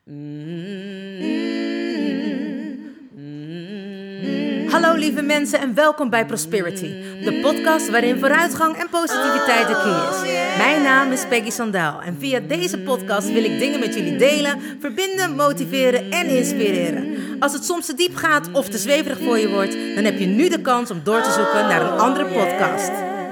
Hallo lieve mensen en welkom bij Prosperity, de podcast waarin vooruitgang en positiviteit de key is. Mijn naam is Peggy Sandaal en via deze podcast wil ik dingen met jullie delen, verbinden, motiveren en inspireren. Als het soms te diep gaat of te zweverig voor je wordt, dan heb je nu de kans om door te zoeken naar een andere podcast.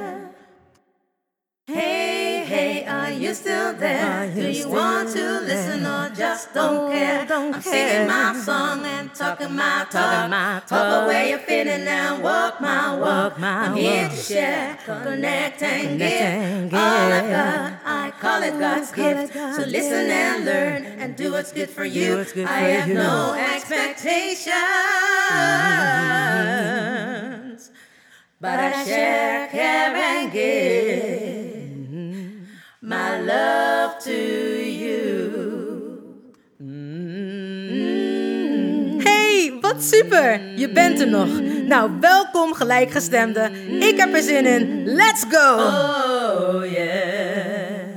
Hey, are you still there? Do you want to listen or just don't care? I'm singing my song and talking my talk. Talk where you're feeling and walk my walk. I'm here to share, connect and give. All I've got, I call it God's gift. So listen and learn and do what's good for you. I have no expectations, but I share, care and give my love to you. Hey, wat super! Je bent er nog. Nou, welkom gelijkgestemden. Ik heb er zin in. Let's go! Oh yeah.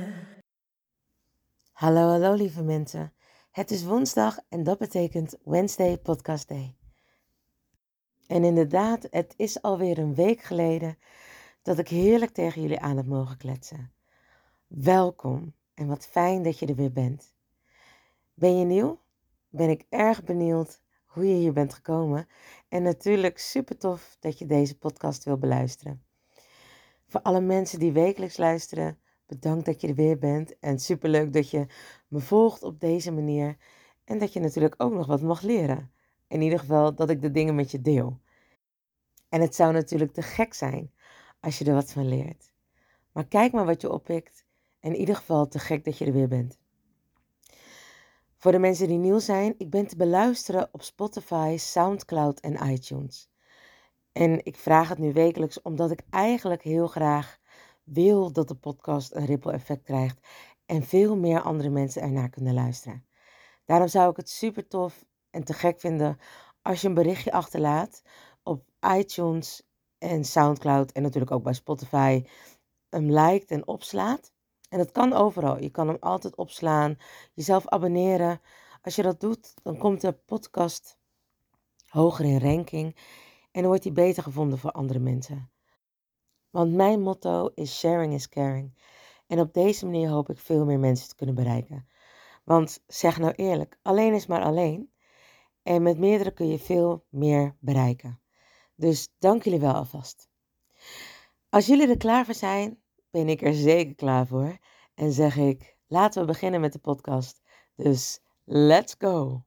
Hallo lieve mensen. Het is woensdag en dat betekent Wednesday Podcast Day. En inderdaad, het is alweer een week geleden dat ik heerlijk tegen jullie aan heb mogen kletsen. Welkom en wat fijn dat je er weer bent. Ben je nieuw? Ben ik erg benieuwd hoe je hier bent gekomen. En natuurlijk super tof dat je deze podcast wil beluisteren. Voor alle mensen die wekelijks luisteren, bedankt dat je er weer bent. En superleuk dat je me volgt op deze manier. En dat je natuurlijk ook nog wat mag leren. In ieder geval dat ik de dingen met je deel. En het zou natuurlijk te gek zijn als je er wat van leert. Maar kijk maar wat je oppikt. In ieder geval te gek dat je er weer bent. Voor de mensen die nieuw zijn, ik ben te beluisteren op Spotify, Soundcloud en iTunes. En ik vraag het nu wekelijks omdat ik eigenlijk heel graag wil dat de podcast een ripple effect krijgt en veel meer andere mensen ernaar kunnen luisteren. Daarom zou ik het super tof en te gek vinden als je een berichtje achterlaat op iTunes en Soundcloud en natuurlijk ook bij Spotify, hem liked en opslaat. En dat kan overal. Je kan hem altijd opslaan, jezelf abonneren. Als je dat doet, dan komt de podcast hoger in ranking en dan wordt hij beter gevonden voor andere mensen. Want mijn motto is sharing is caring. En op deze manier hoop ik veel meer mensen te kunnen bereiken. Want zeg nou eerlijk, alleen is maar alleen. En met meerdere kun je veel meer bereiken. Dus dank jullie wel alvast. Als jullie er klaar voor zijn, ben ik er zeker klaar voor. En zeg ik, laten we beginnen met de podcast. Dus let's go.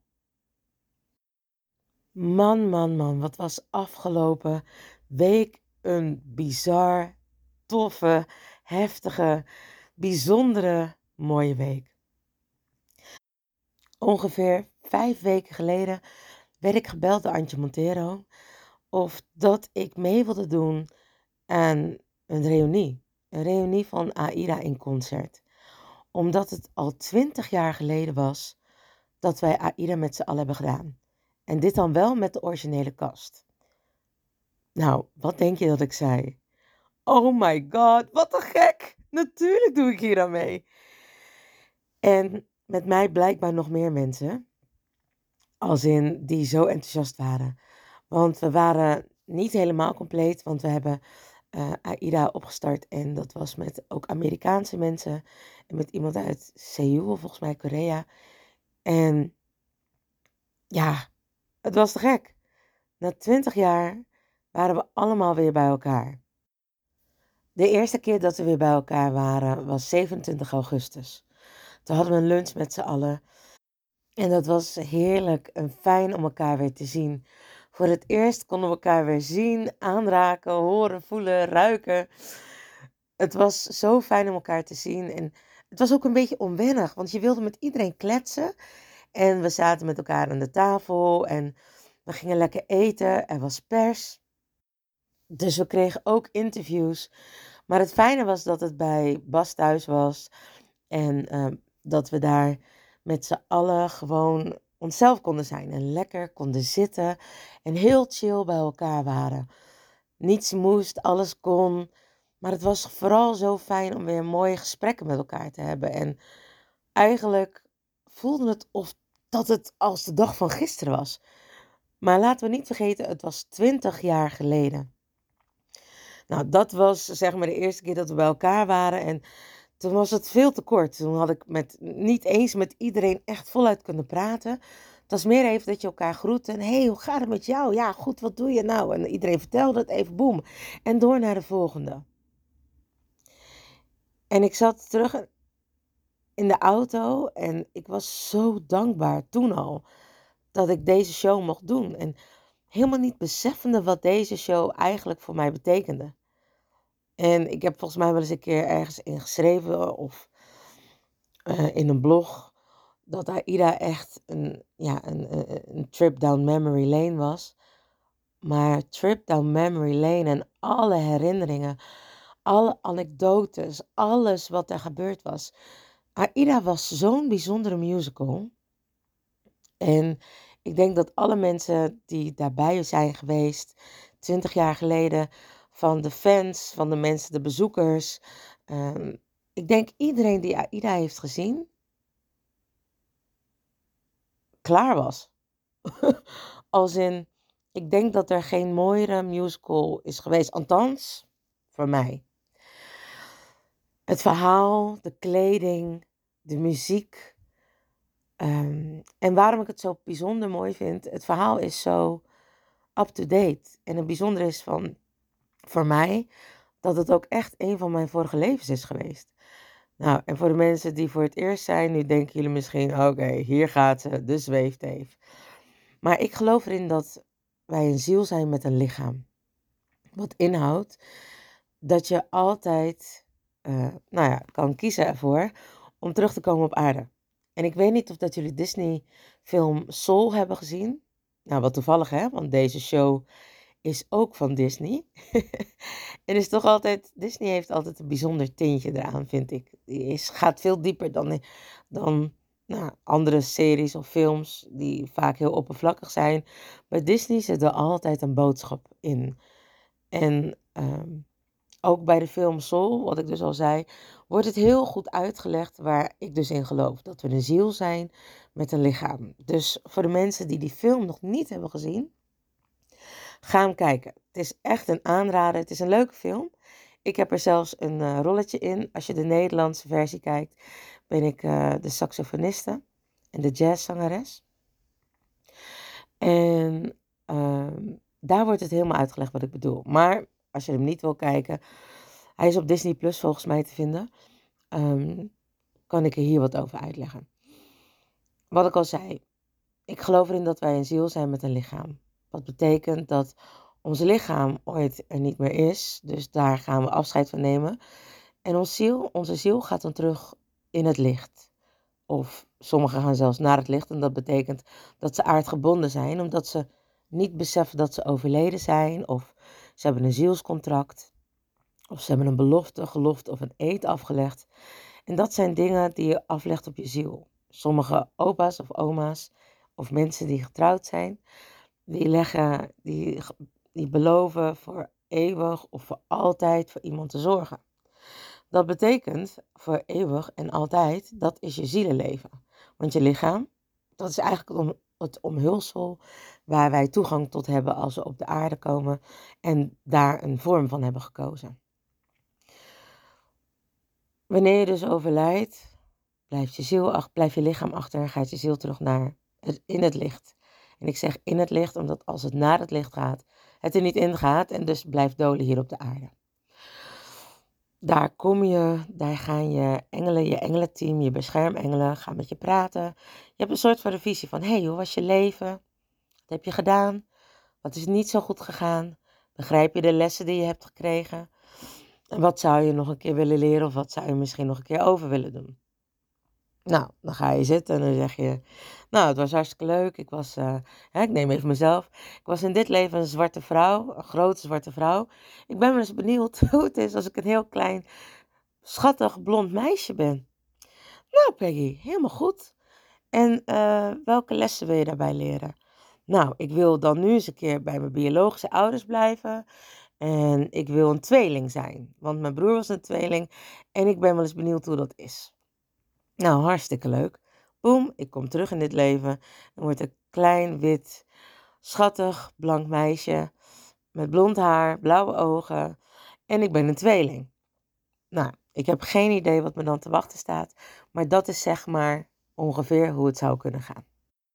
Man, wat was afgelopen week een bizar, toffe, heftige, bijzondere, mooie week. Ongeveer 5 weken geleden werd ik gebeld door Antje Montero of dat ik mee wilde doen aan een reunie. Een reunie van Aida in concert. Omdat het al 20 jaar geleden was dat wij Aida met z'n allen hebben gedaan. En dit dan wel met de originele cast. Nou, wat denk je dat ik zei? Oh my god, wat te gek! Natuurlijk doe ik hier aan mee. En met mij blijkbaar nog meer mensen. Als in die zo enthousiast waren. Want we waren niet helemaal compleet. Want we hebben Aida opgestart. En dat was met ook Amerikaanse mensen. En met iemand uit Seoul, volgens mij Korea. En ja, het was te gek. Na 20 jaar waren we allemaal weer bij elkaar. De eerste keer dat we weer bij elkaar waren was 27 augustus. Toen hadden we een lunch met z'n allen. En dat was heerlijk en fijn om elkaar weer te zien. Voor het eerst konden we elkaar weer zien, aanraken, horen, voelen, ruiken. Het was zo fijn om elkaar te zien. En het was ook een beetje onwennig, want je wilde met iedereen kletsen. En we zaten met elkaar aan de tafel en we gingen lekker eten. Er was pers. Dus we kregen ook interviews. Maar het fijne was dat het bij Bas thuis was. En dat we daar met z'n allen gewoon onszelf konden zijn. En lekker konden zitten. En heel chill bij elkaar waren. Niets moest, alles kon. Maar het was vooral zo fijn om weer mooie gesprekken met elkaar te hebben. En eigenlijk voelde het of dat het als de dag van gisteren was. Maar laten we niet vergeten, het was 20 jaar geleden. Nou, dat was zeg maar de eerste keer dat we bij elkaar waren. En toen was het veel te kort. Toen had ik niet eens met iedereen echt voluit kunnen praten. Het was meer even dat je elkaar groette. En hey, hoe gaat het met jou? Ja, goed, wat doe je nou? En iedereen vertelde het even, boem. En door naar de volgende. En ik zat terug in de auto en ik was zo dankbaar toen al dat ik deze show mocht doen. En helemaal niet beseffende wat deze show eigenlijk voor mij betekende. En ik heb volgens mij wel eens een keer ergens in geschreven of in een blog dat AIDA echt een trip down memory lane was. Maar trip down memory lane en alle herinneringen, alle anekdotes, alles wat er gebeurd was. AIDA was zo'n bijzondere musical. En ik denk dat alle mensen die daarbij zijn geweest, 20 jaar geleden, van de fans, van de mensen, de bezoekers. Ik denk iedereen die AIDA heeft gezien, klaar was. Als in, ik denk dat er geen mooiere musical is geweest. Althans, voor mij. Het verhaal, de kleding, de muziek. En waarom ik het zo bijzonder mooi vind. Het verhaal is zo up-to-date. En het bijzondere is voor mij dat het ook echt een van mijn vorige levens is geweest. Nou, en voor de mensen die voor het eerst zijn, nu denken jullie misschien, oké, hier gaat ze, de zweefteef. Maar ik geloof erin dat wij een ziel zijn met een lichaam. Wat inhoudt dat je altijd kan kiezen ervoor om terug te komen op aarde. En ik weet niet of dat jullie Disney film Soul hebben gezien. Nou, wat toevallig hè, want deze show is ook van Disney. En is toch altijd, Disney heeft altijd een bijzonder tintje eraan, vind ik. Die gaat veel dieper dan andere series of films die vaak heel oppervlakkig zijn. Bij Disney zit er altijd een boodschap in. En ook bij de film Soul, wat ik dus al zei, wordt het heel goed uitgelegd waar ik dus in geloof. Dat we een ziel zijn met een lichaam. Dus voor de mensen die die film nog niet hebben gezien, ga hem kijken. Het is echt een aanrader. Het is een leuke film. Ik heb er zelfs een rolletje in. Als je de Nederlandse versie kijkt, ben ik de saxofoniste en de jazzzangeres. En daar wordt het helemaal uitgelegd wat ik bedoel. Maar als je hem niet wil kijken, hij is op Disney Plus volgens mij te vinden. Kan ik er hier wat over uitleggen. Wat ik al zei, ik geloof erin dat wij een ziel zijn met een lichaam. Wat betekent dat ons lichaam ooit er niet meer is. Dus daar gaan we afscheid van nemen. En onze ziel gaat dan terug in het licht. Of sommigen gaan zelfs naar het licht. En dat betekent dat ze aardgebonden zijn. Omdat ze niet beseffen dat ze overleden zijn. Of ze hebben een zielscontract. Of ze hebben een belofte, gelofte of een eed afgelegd. En dat zijn dingen die je aflegt op je ziel. Sommige opa's of oma's of mensen die getrouwd zijn, die beloven voor eeuwig of voor altijd voor iemand te zorgen. Dat betekent voor eeuwig en altijd, dat is je zielenleven. Want je lichaam, dat is eigenlijk het omhulsel waar wij toegang tot hebben als we op de aarde komen en daar een vorm van hebben gekozen. Wanneer je dus overlijdt, blijft je lichaam achter en gaat je ziel terug in het licht. En ik zeg in het licht, omdat als het naar het licht gaat, het er niet in gaat en dus blijft dolen hier op de aarde. Daar kom je, daar gaan je engelen, je engelenteam, je beschermengelen, gaan met je praten. Je hebt een soort van revisie van, hey, hoe was je leven? Wat heb je gedaan? Wat is niet zo goed gegaan? Begrijp je de lessen die je hebt gekregen? En wat zou je nog een keer willen leren of wat zou je misschien nog een keer over willen doen? Nou, dan ga je zitten en dan zeg je, nou, het was hartstikke leuk. Ik neem even mezelf. Ik was in dit leven een zwarte vrouw, een grote zwarte vrouw. Ik ben wel eens benieuwd hoe het is als ik een heel klein, schattig, blond meisje ben. Nou, Peggy, helemaal goed. En welke lessen wil je daarbij leren? Nou, ik wil dan nu eens een keer bij mijn biologische ouders blijven. En ik wil een tweeling zijn, want mijn broer was een tweeling. En ik ben wel eens benieuwd hoe dat is. Nou, hartstikke leuk. Boem, ik kom terug in dit leven en word een klein, wit, schattig, blank meisje met blond haar, blauwe ogen en ik ben een tweeling. Nou, ik heb geen idee wat me dan te wachten staat, maar dat is zeg maar ongeveer hoe het zou kunnen gaan.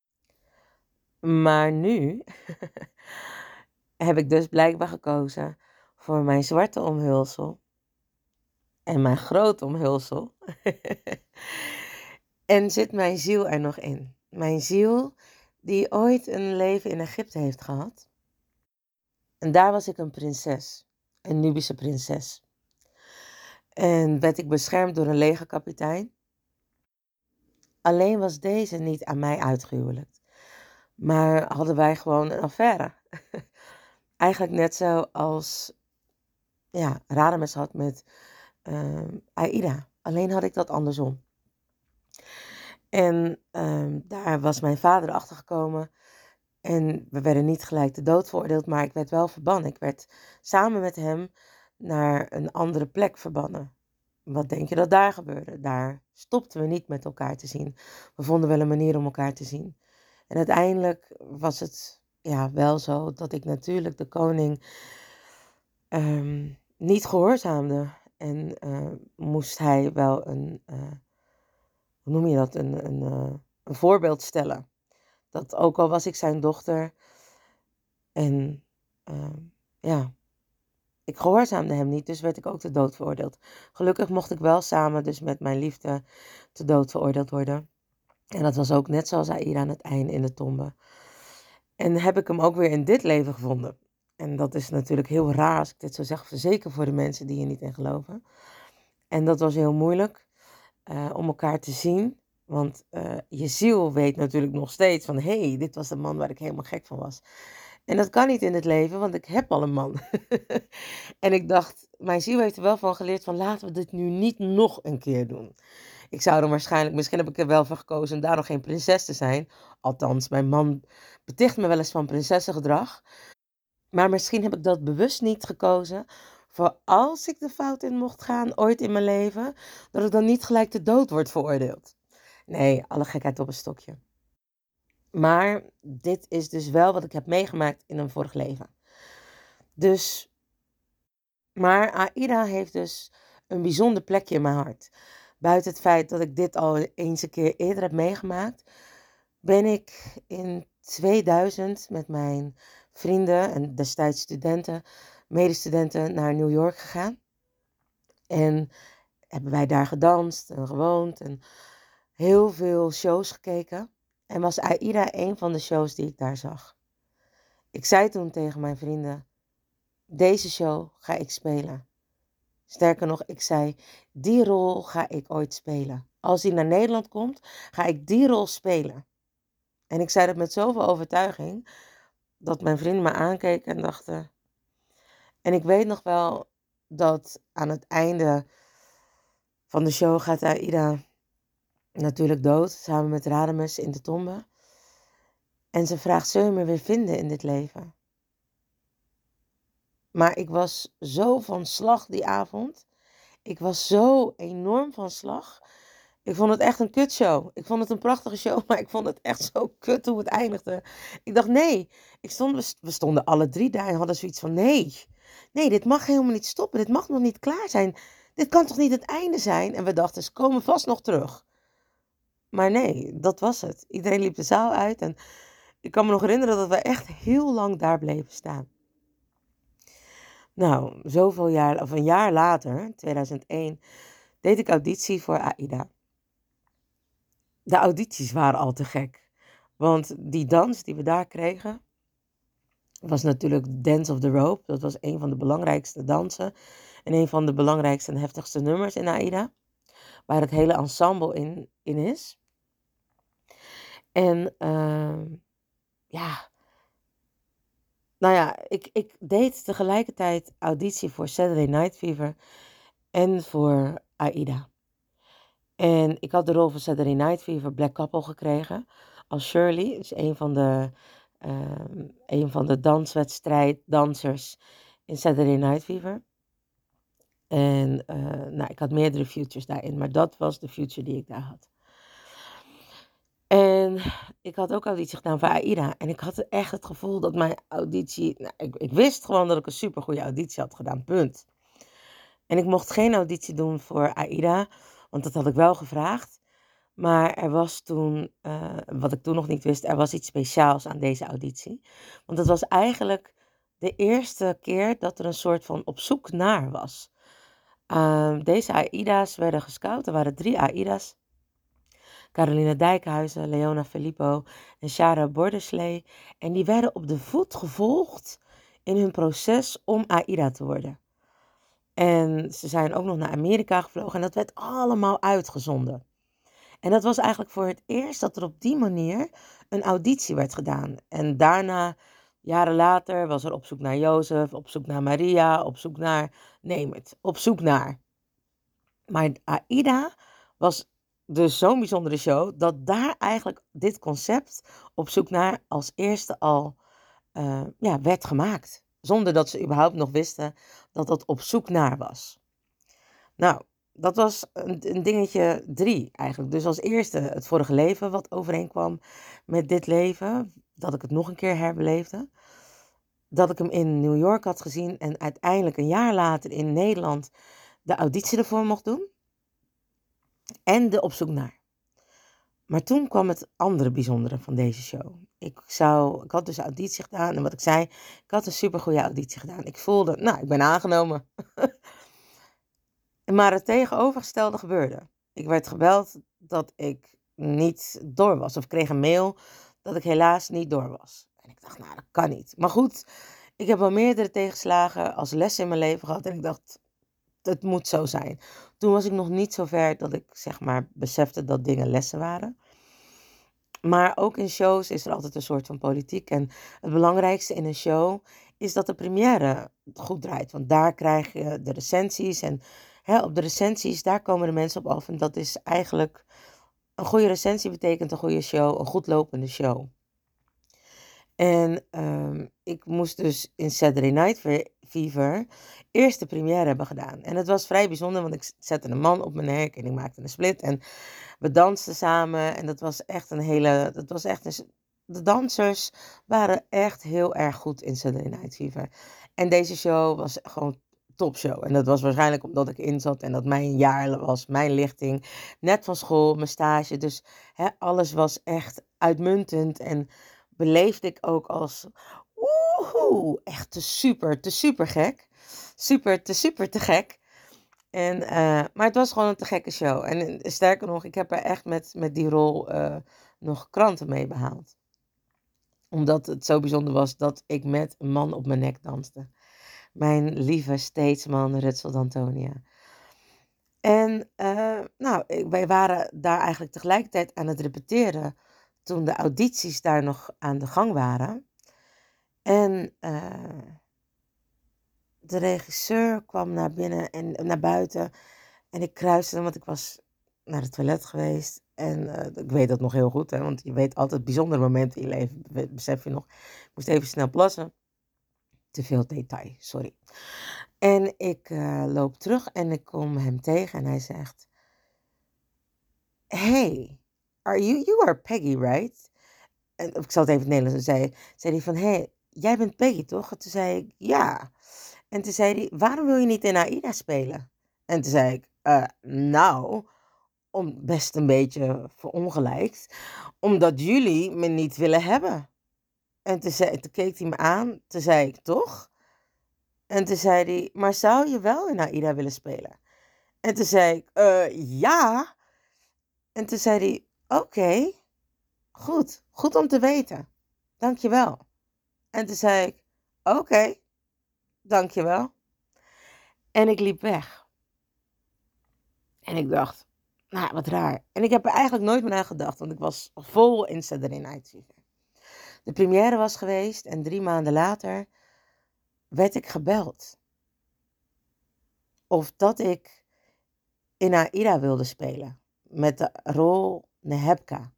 Maar nu heb ik dus blijkbaar gekozen voor mijn zwarte omhulsel en mijn grote omhulsel. En zit mijn ziel er nog in. Mijn ziel die ooit een leven in Egypte heeft gehad. En daar was ik een prinses, een Nubische prinses. En werd ik beschermd door een legerkapitein. Alleen was deze niet aan mij uitgehuwelijkd. Maar hadden wij gewoon een affaire. Eigenlijk net zoals Radames had met Aïda. Alleen had ik dat andersom. En daar was mijn vader achter gekomen. En we werden niet gelijk de dood veroordeeld, maar ik werd wel verbannen. Ik werd samen met hem naar een andere plek verbannen. Wat denk je dat daar gebeurde? Daar stopten we niet met elkaar te zien. We vonden wel een manier om elkaar te zien. En uiteindelijk was het wel zo dat ik natuurlijk de koning niet gehoorzaamde. En moest hij wel hoe noem je dat, een voorbeeld stellen. Dat ook al was ik zijn dochter en ik gehoorzaamde hem niet, dus werd ik ook te dood veroordeeld. Gelukkig mocht ik wel samen dus met mijn liefde te dood veroordeeld worden. En dat was ook net zoals Aïda aan het einde in de tombe. En heb ik hem ook weer in dit leven gevonden. En dat is natuurlijk heel raar als ik dit zo zeg, zeker voor de mensen die er niet in geloven. En dat was heel moeilijk om elkaar te zien. Want je ziel weet natuurlijk nog steeds van, hé, dit was de man waar ik helemaal gek van was. En dat kan niet in het leven, want ik heb al een man. En ik dacht, mijn ziel heeft er wel van geleerd van, laten we dit nu niet nog een keer doen. Ik zou er waarschijnlijk, misschien heb ik er wel voor gekozen om daar nog geen prinses te zijn. Althans, mijn man beticht me wel eens van prinsessengedrag. Maar misschien heb ik dat bewust niet gekozen. Voor als ik de fout in mocht gaan, ooit in mijn leven, dat ik dan niet gelijk de dood word veroordeeld. Nee, alle gekheid op een stokje. Maar dit is dus wel wat ik heb meegemaakt in een vorig leven. Dus, maar Aïda heeft dus een bijzonder plekje in mijn hart. Buiten het feit dat ik dit al eens een keer eerder heb meegemaakt, ben ik in 2000 met mijn vrienden en destijds studenten, medestudenten naar New York gegaan. En hebben wij daar gedanst en gewoond en heel veel shows gekeken. En was Aïda een van de shows die ik daar zag. Ik zei toen tegen mijn vrienden, deze show ga ik spelen. Sterker nog, ik zei, die rol ga ik ooit spelen. Als die naar Nederland komt, ga ik die rol spelen. En ik zei dat met zoveel overtuiging, dat mijn vrienden me aankeken en dachten. En ik weet nog wel dat aan het einde van de show gaat Aïda natuurlijk dood, samen met Radames in de tombe. En ze vraagt, zul je me weer vinden in dit leven? Maar ik was zo van slag die avond. Ik was zo enorm van slag. Ik vond het echt een kutshow. Ik vond het een prachtige show, maar ik vond het echt zo kut hoe het eindigde. Ik dacht, nee. We stonden alle drie daar en hadden zoiets van, nee, dit mag helemaal niet stoppen. Dit mag nog niet klaar zijn. Dit kan toch niet het einde zijn? En we dachten, ze komen vast nog terug. Maar nee, dat was het. Iedereen liep de zaal uit en ik kan me nog herinneren dat we echt heel lang daar bleven staan. Nou, een jaar later, 2001, deed ik auditie voor Aïda. De audities waren al te gek. Want die dans die we daar kregen, was natuurlijk Dance of the Rope. Dat was een van de belangrijkste dansen. En een van de belangrijkste en heftigste nummers in Aïda. Waar het hele ensemble in is. En ik deed tegelijkertijd auditie voor Saturday Night Fever en voor Aïda. En ik had de rol van Saturday Night Fever Black Couple gekregen als Shirley. Dus een van de dansers in Saturday Night Fever. En ik had meerdere futures daarin, maar dat was de future die ik daar had. En ik had ook auditie gedaan voor AIDA. En ik had echt het gevoel dat mijn auditie... Nou, ik wist gewoon dat ik een supergoeie auditie had gedaan, punt. En ik mocht geen auditie doen voor AIDA, want dat had ik wel gevraagd. Maar er was toen, wat ik toen nog niet wist, er was iets speciaals aan deze auditie. Want het was eigenlijk de eerste keer dat er een soort van op zoek naar was. Deze AIDA's werden gescout. Er waren 3 AIDA's. Caroline Dijkhuizen, Leona Filippo en Shara Borderslee. En die werden op de voet gevolgd in hun proces om AIDA te worden. En ze zijn ook nog naar Amerika gevlogen en dat werd allemaal uitgezonden. En dat was eigenlijk voor het eerst dat er op die manier een auditie werd gedaan. En daarna, jaren later, was er op zoek naar Jozef, op zoek naar Maria, op zoek naar, neem het, op zoek naar. Maar AIDA was dus zo'n bijzondere show, dat daar eigenlijk dit concept op zoek naar als eerste al werd gemaakt. Zonder dat ze überhaupt nog wisten dat dat op zoek naar was. Nou, dat was een dingetje 3 eigenlijk. Dus als eerste het vorige leven wat overeenkwam met dit leven. Dat ik het nog een keer herbeleefde. Dat ik hem in New York had gezien en uiteindelijk een jaar later in Nederland de auditie ervoor mocht doen. En de op zoek naar. Maar toen kwam het andere bijzondere van deze show. Ik had dus auditie gedaan en wat ik zei, ik had een supergoeie auditie gedaan. Ik voelde, ik ben aangenomen. Maar het tegenovergestelde gebeurde. Ik werd gebeld dat ik niet door was. Of ik kreeg een mail dat ik helaas niet door was. En ik dacht, dat kan niet. Maar goed, ik heb al meerdere tegenslagen als les in mijn leven gehad. En ik dacht, het moet zo zijn. Toen was ik nog niet zo ver dat ik besefte dat dingen lessen waren. Maar ook in shows is er altijd een soort van politiek. En het belangrijkste in een show is dat de première goed draait. Want daar krijg je de recensies. En op de recensies, daar komen de mensen op af. En dat is eigenlijk... Een goede recensie betekent een goede show. Een goed lopende show. En ik moest dus in Saturday Night Fever eerst de première hebben gedaan. En het was vrij bijzonder, want ik zette een man op mijn nek en ik maakte een split. En we dansten samen en dat was echt de dansers waren echt heel erg goed in Saturday Night Fever. En deze show was gewoon topshow. En dat was waarschijnlijk omdat ik in zat en dat mijn jaar was, mijn lichting. Net van school, mijn stage. Dus alles was echt uitmuntend en beleefde ik ook als woehoe, echt te super gek. Te gek. En, maar het was gewoon een te gekke show. En sterker nog, ik heb er echt met die rol nog kranten mee behaald. Omdat het zo bijzonder was dat ik met een man op mijn nek danste. Mijn lieve steedsman Rutzel D'Antonia. En wij waren daar eigenlijk tegelijkertijd aan het repeteren toen de audities daar nog aan de gang waren. En de regisseur kwam naar binnen en naar buiten. En ik kruiste hem, want ik was naar het toilet geweest. En ik weet dat nog heel goed, want je weet altijd bijzondere momenten in je leven. Besef je nog. Ik moest even snel plassen. Te veel detail, sorry. En ik loop terug en ik kom hem tegen en hij zegt... Hey, you are Peggy, right? En ik zal het even in het Nederlands. Zei hij van, hey, jij bent Peggy, toch? En toen zei ik, ja. En toen zei hij, waarom wil je niet in AIDA spelen? En toen zei ik, best een beetje verongelijkt. Omdat jullie me niet willen hebben. En toen keek hij me aan. Toen zei ik, toch? En toen zei hij, maar zou je wel in AIDA willen spelen? En toen zei ik, ja. En toen zei hij, oké, goed om te weten. Dankjewel. En toen zei ik, oké, dankjewel. En ik liep weg. En ik dacht, wat raar. En ik heb er eigenlijk nooit meer aan gedacht, want ik was vol in Saturday Night Fever. De première was geweest en 3 maanden later werd ik gebeld. Of dat ik in AIDA wilde spelen. Met de rol Nehebka.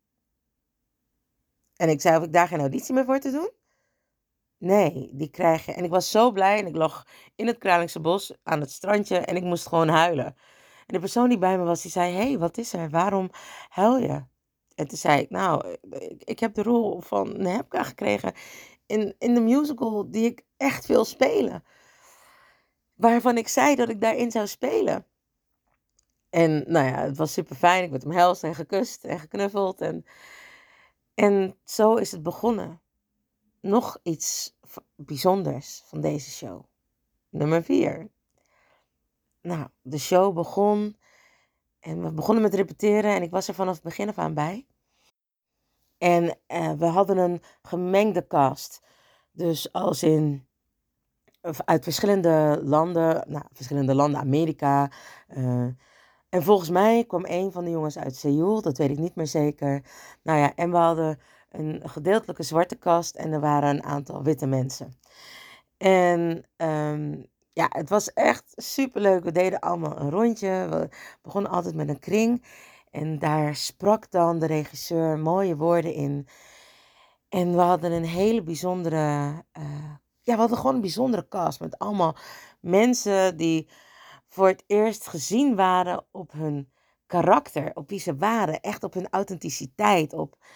En ik zei of ik daar geen auditie meer voor te doen. Nee, die krijg je. En ik was zo blij en ik lag in het Kralingse Bos aan het strandje en ik moest gewoon huilen. En de persoon die bij me was, die zei, hey, wat is er? Waarom huil je? En toen zei ik, nou, ik heb de rol van Nebka gekregen in de musical die ik echt wil spelen. Waarvan ik zei dat ik daarin zou spelen. En nou ja, het was super fijn. Ik werd omhelst en gekust en geknuffeld. En zo is het begonnen. Nog iets bijzonders van deze show. Nummer 4. Nou, de show begon. En we begonnen met repeteren. En ik was er vanaf het begin af aan bij. En we hadden een gemengde cast. Dus als in uit verschillende landen, Amerika. En volgens mij kwam een van de jongens uit Seoul, dat weet ik niet meer zeker. Nou ja, en we hadden een gedeeltelijke zwarte cast en er waren een aantal witte mensen. En ja, het was echt superleuk. We deden allemaal een rondje. We begonnen altijd met een kring. En daar sprak dan de regisseur mooie woorden in. En we hadden een hele bijzondere... we hadden gewoon een bijzondere cast. Met allemaal mensen die voor het eerst gezien waren op hun karakter. Op wie ze waren. Echt op hun authenticiteit.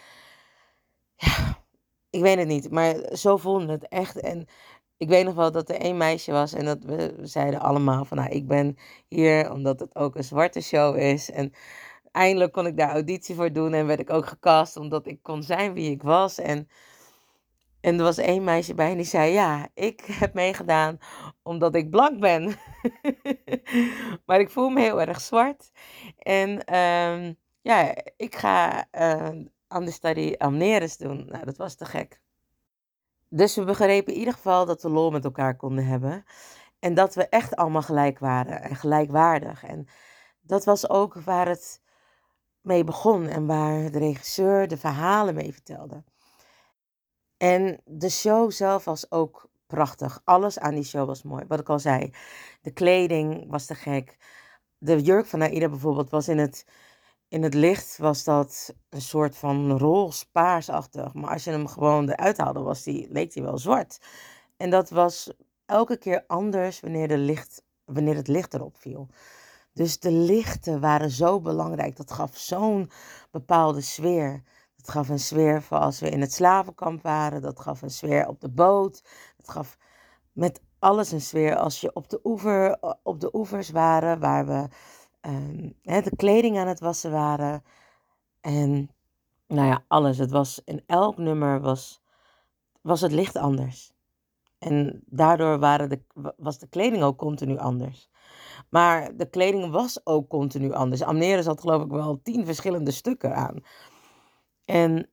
Ik weet het niet. Maar zo voelde het echt. En ik weet nog wel dat er één meisje was. En dat we zeiden allemaal van... Nou, ik ben hier omdat het ook een zwarte show is. En eindelijk kon ik daar auditie voor doen. En werd ik ook gecast omdat ik kon zijn wie ik was. En er was één meisje bij en die zei... Ja, ik heb meegedaan omdat ik blank ben. Maar ik voel me heel erg zwart. En ik ga understudy Amneris doen. Nou, dat was te gek. Dus we begrepen in ieder geval dat we lol met elkaar konden hebben. En dat we echt allemaal gelijk waren en gelijkwaardig. En dat was ook waar het mee begon en waar de regisseur de verhalen mee vertelde. En de show zelf was ook prachtig. Alles aan die show was mooi. Wat ik al zei, de kleding was te gek. De jurk van Aida bijvoorbeeld was in het licht was dat een soort van roze paarsachtig. Maar als je hem gewoon eruit haalde, leek hij wel zwart. En dat was elke keer anders wanneer het licht erop viel. Dus de lichten waren zo belangrijk. Dat gaf zo'n bepaalde sfeer. Dat gaf een sfeer voor als we in het slavenkamp waren. Dat gaf een sfeer op de boot. Dat gaf met alles een sfeer als je op de oevers waren. Waar we de kleding aan het wassen waren. En nou ja, alles. Het was in elk nummer was het licht anders. En daardoor was de kleding ook continu anders. Maar de kleding was ook continu anders. Amneris had geloof ik wel 10 verschillende stukken aan. En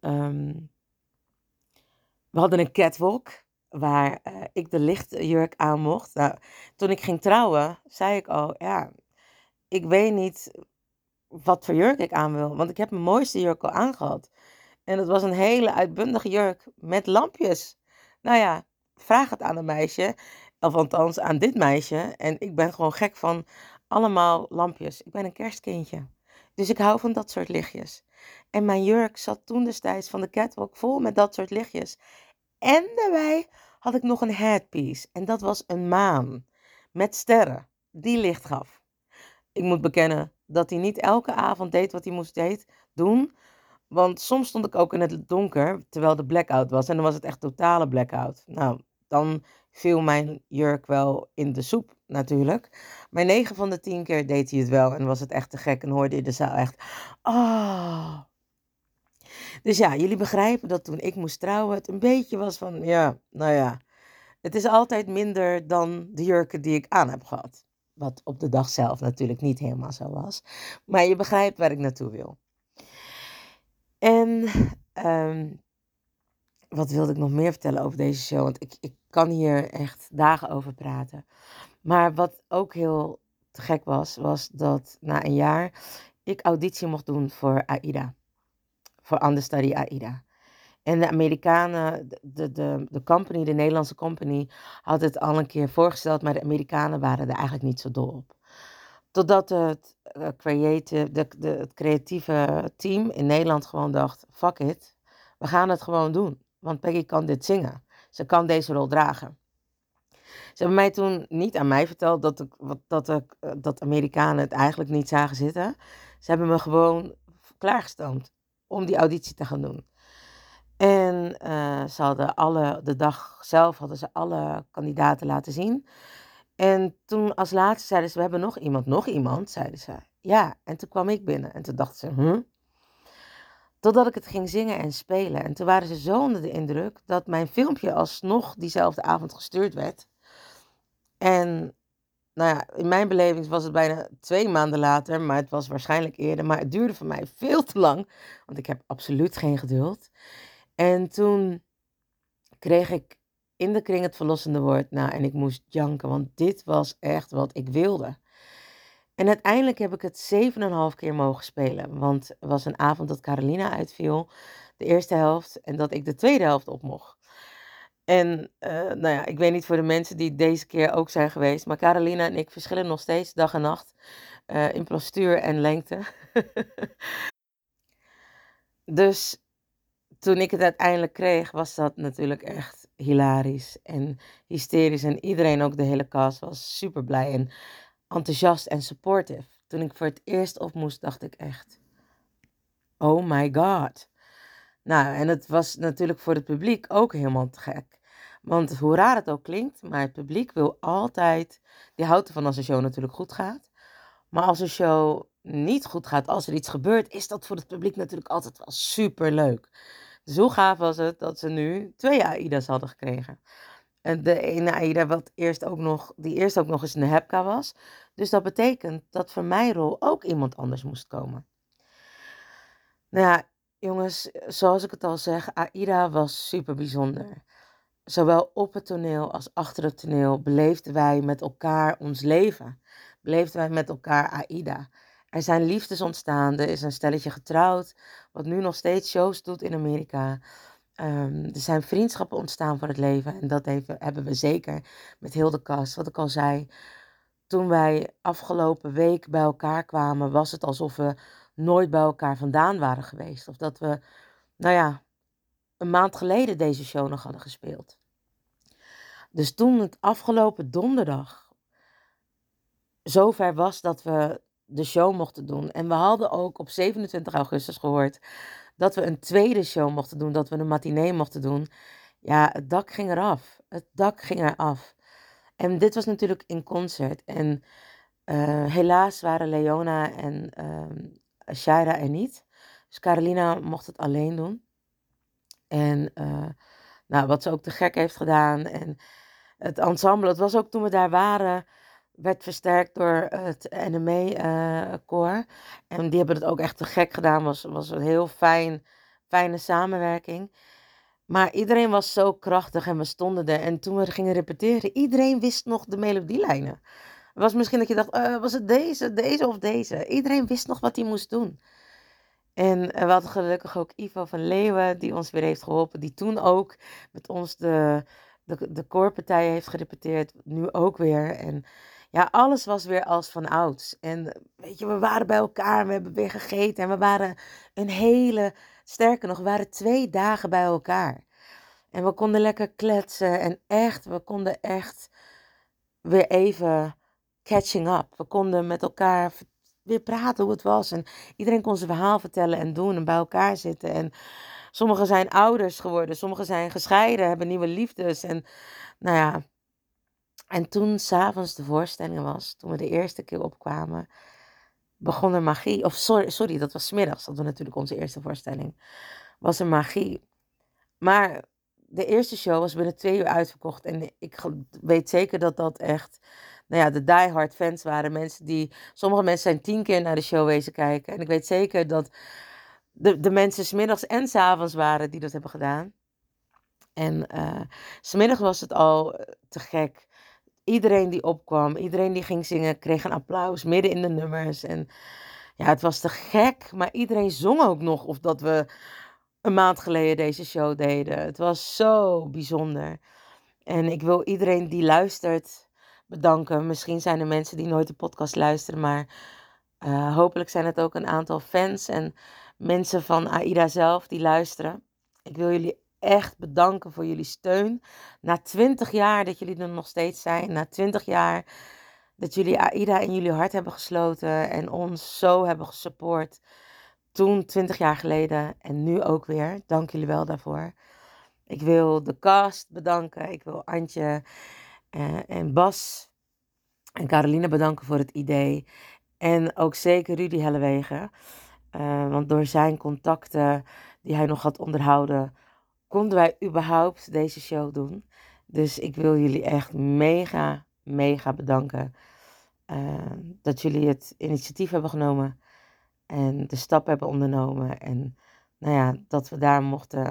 we hadden een catwalk waar ik de lichtjurk aan mocht. Nou, toen ik ging trouwen, zei ik al, ja, ik weet niet wat voor jurk ik aan wil. Want ik heb mijn mooiste jurk al aangehad. En het was een hele uitbundige jurk met lampjes. Nou ja, vraag het aan een meisje. Of althans aan dit meisje. En ik ben gewoon gek van allemaal lampjes. Ik ben een kerstkindje. Dus ik hou van dat soort lichtjes. En mijn jurk zat toen destijds van de catwalk vol met dat soort lichtjes. En daarbij had ik nog een headpiece. En dat was een maan met sterren die licht gaf. Ik moet bekennen dat hij niet elke avond deed wat hij moest doen. Want soms stond ik ook in het donker, terwijl de blackout was. En dan was het echt totale blackout. Nou, dan viel mijn jurk wel in de soep natuurlijk. Maar 9 van de 10 keer deed hij het wel. En was het echt te gek. En hoorde je de zaal echt... Oh. Dus ja, jullie begrijpen dat toen ik moest trouwen... het een beetje was van... Ja, nou ja. Het is altijd minder dan de jurken die ik aan heb gehad. Wat op de dag zelf natuurlijk niet helemaal zo was. Maar je begrijpt waar ik naartoe wil. En wat wilde ik nog meer vertellen over deze show? Want ik kan hier echt dagen over praten. Maar wat ook heel te gek was dat na een jaar ik auditie mocht doen voor Aida. Voor Understudy Aida. En de Amerikanen, de company, de Nederlandse company, had het al een keer voorgesteld, maar de Amerikanen waren er eigenlijk niet zo dol op. Totdat het creatieve team in Nederland gewoon dacht, fuck it, we gaan het gewoon doen. Want Peggy kan dit zingen. Ze kan deze rol dragen. Ze hebben mij toen niet aan mij verteld dat Amerikanen het eigenlijk niet zagen zitten. Ze hebben me gewoon klaargestoomd. om die auditie te gaan doen. En ze hadden de dag zelf hadden ze alle kandidaten laten zien. En toen als laatste zeiden ze, we hebben nog iemand, zeiden ze. Ja, en toen kwam ik binnen en toen dachten ze, Totdat ik het ging zingen en spelen. En toen waren ze zo onder de indruk dat mijn filmpje alsnog diezelfde avond gestuurd werd. En nou ja, in mijn beleving was het bijna 2 maanden later, maar het was waarschijnlijk eerder. Maar het duurde voor mij veel te lang, want ik heb absoluut geen geduld. En toen kreeg ik in de kring het verlossende woord. Nou, en ik moest janken, want dit was echt wat ik wilde. En uiteindelijk heb ik het 7,5 keer mogen spelen. Want er was een avond dat Carolina uitviel, de eerste helft, en dat ik de tweede helft op mocht. En nou ja, ik weet niet voor de mensen die deze keer ook zijn geweest, maar Carolina en ik verschillen nog steeds dag en nacht in postuur en lengte. Dus toen ik het uiteindelijk kreeg, was dat natuurlijk echt hilarisch en hysterisch. En iedereen, ook de hele cast, was super blij en enthousiast en supportive. Toen ik voor het eerst op moest, dacht ik echt, oh my god. Nou, en het was natuurlijk voor het publiek ook helemaal te gek. Want hoe raar het ook klinkt, maar het publiek wil altijd, die houdt ervan als een show natuurlijk goed gaat. Maar als een show niet goed gaat, als er iets gebeurt, is dat voor het publiek natuurlijk altijd wel super leuk. Dus hoe gaaf was het dat ze nu 2 AIDA's hadden gekregen. En de ene AIDA die eerst ook nog eens een Hepka was. Dus dat betekent dat voor mijn rol ook iemand anders moest komen. Nou ja, jongens, zoals ik het al zeg, AIDA was super bijzonder. Zowel op het toneel als achter het toneel beleefden wij met elkaar ons leven. Beleefden wij met elkaar AIDA. Er zijn liefdes ontstaan, er is een stelletje getrouwd, wat nu nog steeds shows doet in Amerika. Er zijn vriendschappen ontstaan voor het leven en dat hebben we zeker met heel de cast. Wat ik al zei, toen wij afgelopen week bij elkaar kwamen, was het alsof we nooit bij elkaar vandaan waren geweest. Of dat we, nou ja, een maand geleden deze show nog hadden gespeeld. Dus toen het afgelopen donderdag zover was dat we de show mochten doen. En we hadden ook op 27 augustus gehoord dat we een tweede show mochten doen, dat we een matinee mochten doen. Ja, het dak ging eraf. Het dak ging eraf. En dit was natuurlijk in concert. En helaas waren Leona en Shaira er niet. Dus Carolina mocht het alleen doen. En nou, wat ze ook te gek heeft gedaan. En het ensemble, het was ook toen we daar waren, werd versterkt door het NME-koor. En die hebben het ook echt te gek gedaan. Was een heel fijne samenwerking. Maar iedereen was zo krachtig en we stonden er. En toen we gingen repeteren, iedereen wist nog de melodielijnen. Het was misschien dat je dacht, was het deze of deze? Iedereen wist nog wat hij moest doen. En we hadden gelukkig ook Ivo van Leeuwen, die ons weer heeft geholpen. Die toen ook met ons de koorpartij heeft gerepeteerd. Nu ook weer. En ja, alles was weer als van ouds. En weet je, we waren bij elkaar en we hebben weer gegeten. En we waren sterker nog, we waren 2 dagen bij elkaar. En we konden lekker kletsen. En we konden echt weer even catching up. We konden met elkaar weer praten hoe het was. En iedereen kon zijn verhaal vertellen en doen en bij elkaar zitten. En sommigen zijn ouders geworden, sommigen zijn gescheiden, hebben nieuwe liefdes. En nou ja, en toen 's avonds de voorstelling was, toen we de eerste keer opkwamen, begon er magie. Of sorry, dat was 's middags, dat was natuurlijk onze eerste voorstelling. Was er magie. Maar de eerste show was binnen 2 uur uitverkocht. En ik weet zeker dat dat echt, nou ja, de diehard fans waren. Sommige mensen zijn 10 keer naar de show wezen kijken. En ik weet zeker dat de mensen 's middags en 's avonds waren die dat hebben gedaan. En 's middags was het al te gek. Iedereen die opkwam, iedereen die ging zingen, kreeg een applaus midden in de nummers. En ja, het was te gek. Maar iedereen zong ook nog of dat we een maand geleden deze show deden. Het was zo bijzonder. En ik wil iedereen die luistert bedanken. Misschien zijn er mensen die nooit de podcast luisteren, maar hopelijk zijn het ook een aantal fans en mensen van AIDA zelf die luisteren. Ik wil jullie echt bedanken voor jullie steun. Na 20 jaar dat jullie er nog steeds zijn. Na 20 jaar dat jullie AIDA in jullie hart hebben gesloten en ons zo hebben gesupport. Toen 20 jaar geleden en nu ook weer. Dank jullie wel daarvoor. Ik wil de cast bedanken. Ik wil Antje en Bas en Caroline bedanken voor het idee. En ook zeker Rudy Hellewegen. Want door zijn contacten die hij nog had onderhouden, konden wij überhaupt deze show doen. Dus ik wil jullie echt mega, mega bedanken. Dat jullie het initiatief hebben genomen. En de stap hebben ondernomen. En nou ja, dat we daar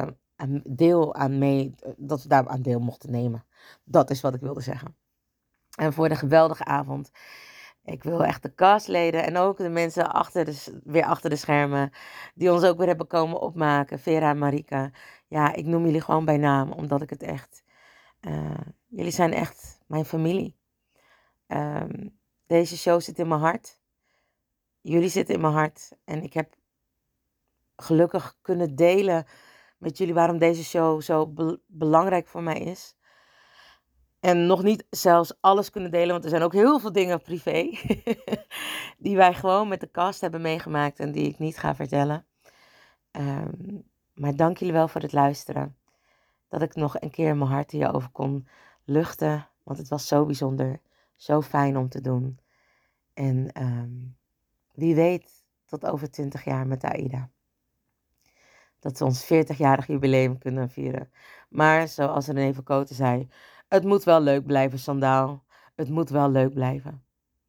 aan deel mochten nemen. Dat is wat ik wilde zeggen. En voor de geweldige avond. Ik wil echt de castleden en ook de mensen weer achter de schermen. Die ons ook weer hebben komen opmaken. Vera en Marika. Ja, ik noem jullie gewoon bij naam. Omdat ik het echt... jullie zijn echt mijn familie. Deze show zit in mijn hart. Jullie zitten in mijn hart. En ik heb gelukkig kunnen delen met jullie waarom deze show zo belangrijk voor mij is. En nog niet zelfs alles kunnen delen, want er zijn ook heel veel dingen privé. Die wij gewoon met de cast hebben meegemaakt en die ik niet ga vertellen. Maar dank jullie wel voor het luisteren. Dat ik nog een keer mijn hart hierover kon luchten. Want het was zo bijzonder. Zo fijn om te doen. En wie weet tot over 20 jaar met Aida. Dat we ons 40-jarig jubileum kunnen vieren. Maar zoals René Verkoten zei, het moet wel leuk blijven, Sandaal. Het moet wel leuk blijven.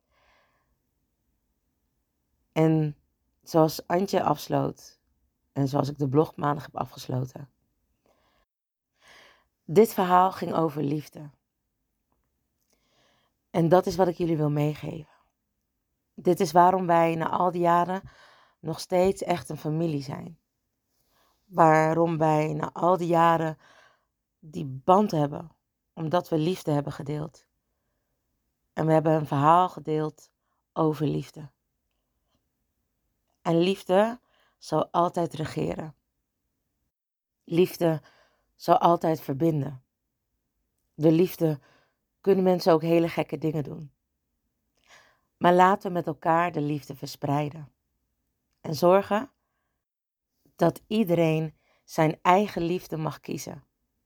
En zoals Antje afsloot en zoals ik de blog maandag heb afgesloten. Dit verhaal ging over liefde. En dat is wat ik jullie wil meegeven. Dit is waarom wij na al die jaren nog steeds echt een familie zijn. Waarom wij na al die jaren die band hebben. Omdat we liefde hebben gedeeld. En we hebben een verhaal gedeeld over liefde. En liefde zal altijd regeren. Liefde zal altijd verbinden. Door liefde kunnen mensen ook hele gekke dingen doen. Maar laten we met elkaar de liefde verspreiden. En zorgen dat iedereen zijn eigen liefde mag kiezen.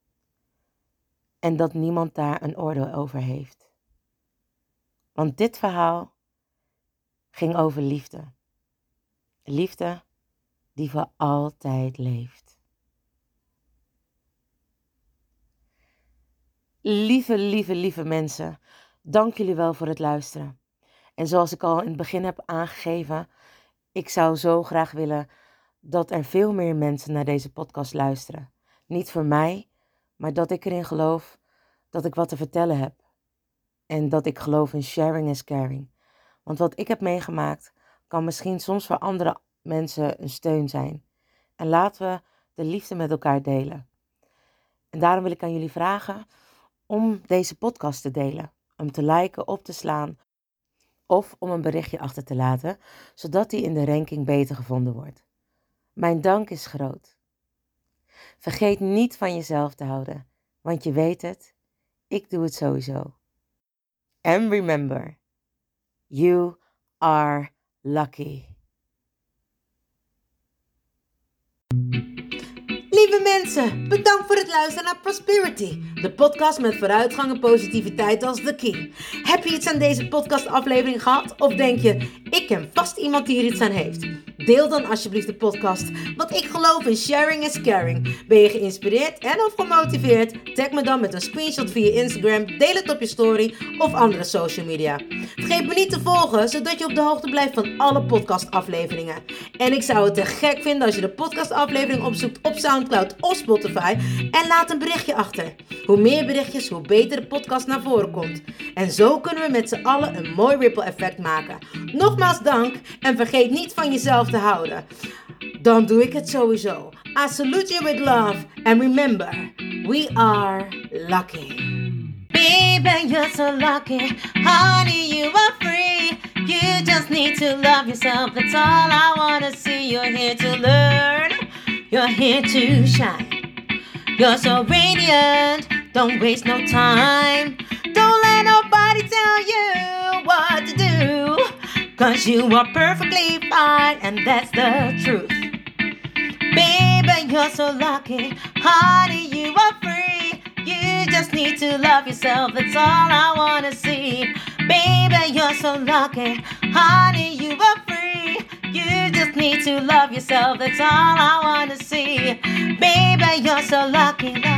En dat niemand daar een oordeel over heeft. Want dit verhaal ging over liefde. Liefde die voor altijd leeft. Lieve mensen, dank jullie wel voor het luisteren. En zoals ik al in het begin heb aangegeven, ik zou zo graag willen dat er veel meer mensen naar deze podcast luisteren. Niet voor mij, maar dat ik erin geloof dat ik wat te vertellen heb. En dat ik geloof in sharing is caring. Want wat ik heb meegemaakt kan misschien soms voor andere mensen een steun zijn. En laten we de liefde met elkaar delen. En daarom wil ik aan jullie vragen om deze podcast te delen. Om te liken, op te slaan of om een berichtje achter te laten, zodat die in de ranking beter gevonden wordt. Mijn dank is groot. Vergeet niet van jezelf te houden, want je weet het, ik doe het sowieso. And remember, you are lucky. Lieve mensen, bedankt voor het luisteren naar Prosperity, de podcast met vooruitgang en positiviteit als the key. Heb je iets aan deze podcastaflevering gehad? Of denk je, ik ken vast iemand die hier iets aan heeft? Deel dan alsjeblieft de podcast, want ik geloof in sharing is caring. Ben je geïnspireerd en of gemotiveerd? Tag me dan met een screenshot via Instagram, deel het op je story of andere social media. Vergeet me niet te volgen, zodat je op de hoogte blijft van alle podcastafleveringen. En ik zou het te gek vinden als je de podcastaflevering opzoekt op Soundcloud of Spotify en laat een berichtje achter. Hoe meer berichtjes, hoe beter de podcast naar voren komt. En zo kunnen we met z'n allen een mooi ripple effect maken. Nogmaals dank en vergeet niet van jezelf te houden. Dan doe ik het sowieso. I salute you with love and remember, we are lucky. Baby, you're so lucky. Honey, you are free. You just need to love yourself. That's all I wanna see. You're here to learn. You're here to shine. You're so radiant. Don't waste no time. Don't let nobody tell you what to do. 'Cause you are perfectly fine, and that's the truth. Baby, you're so lucky. Honey, you are free. You just need to love yourself. That's all I wanna see. Baby, you're so lucky. Honey, you are free. You just need to love yourself. That's all I wanna see. Baby, you're so lucky.